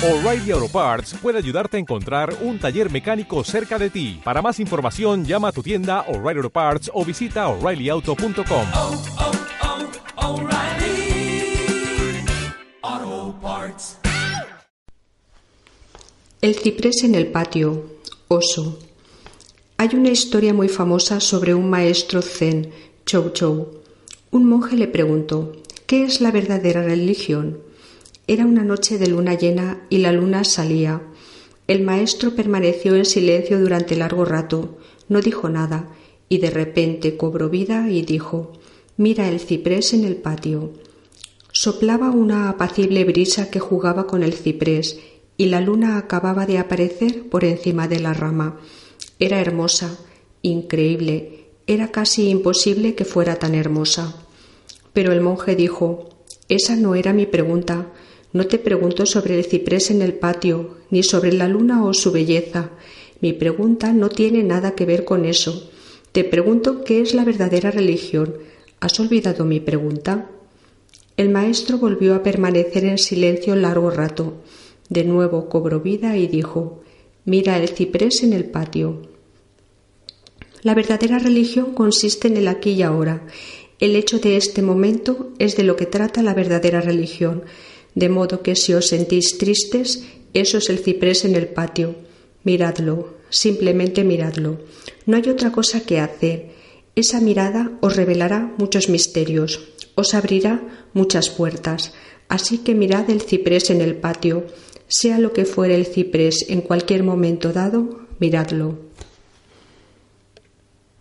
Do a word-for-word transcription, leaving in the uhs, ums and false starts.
O'Reilly Auto Parts puede ayudarte a encontrar un taller mecánico cerca de ti. Para más información, llama a tu tienda O'Reilly Auto Parts o visita O'Reilly Auto punto com. Oh, oh, oh, O'Reilly Auto Parts. El ciprés en el patio. Oso. Hay una historia muy famosa sobre un maestro zen, Chou Chou. Un monje le preguntó: ¿qué es la verdadera religión? Era una noche de luna llena y la luna salía. El maestro permaneció en silencio durante largo rato, no dijo nada, y de repente cobró vida y dijo: «Mira el ciprés en el patio». Soplaba una apacible brisa que jugaba con el ciprés, y la luna acababa de aparecer por encima de la rama. Era hermosa, increíble, era casi imposible que fuera tan hermosa. Pero el monje dijo: «Esa no era mi pregunta. No te pregunto sobre el ciprés en el patio, ni sobre la luna o su belleza. Mi pregunta no tiene nada que ver con eso. Te pregunto qué es la verdadera religión. ¿Has olvidado mi pregunta?» El maestro volvió a permanecer en silencio largo rato. De nuevo cobró vida y dijo: «Mira el ciprés en el patio». La verdadera religión consiste en el aquí y ahora. El hecho de este momento es de lo que trata la verdadera religión. De modo que si os sentís tristes, eso es el ciprés en el patio. Miradlo, simplemente miradlo. No hay otra cosa que hacer. Esa mirada os revelará muchos misterios, os abrirá muchas puertas. Así que mirad el ciprés en el patio. Sea lo que fuere el ciprés en cualquier momento dado, miradlo.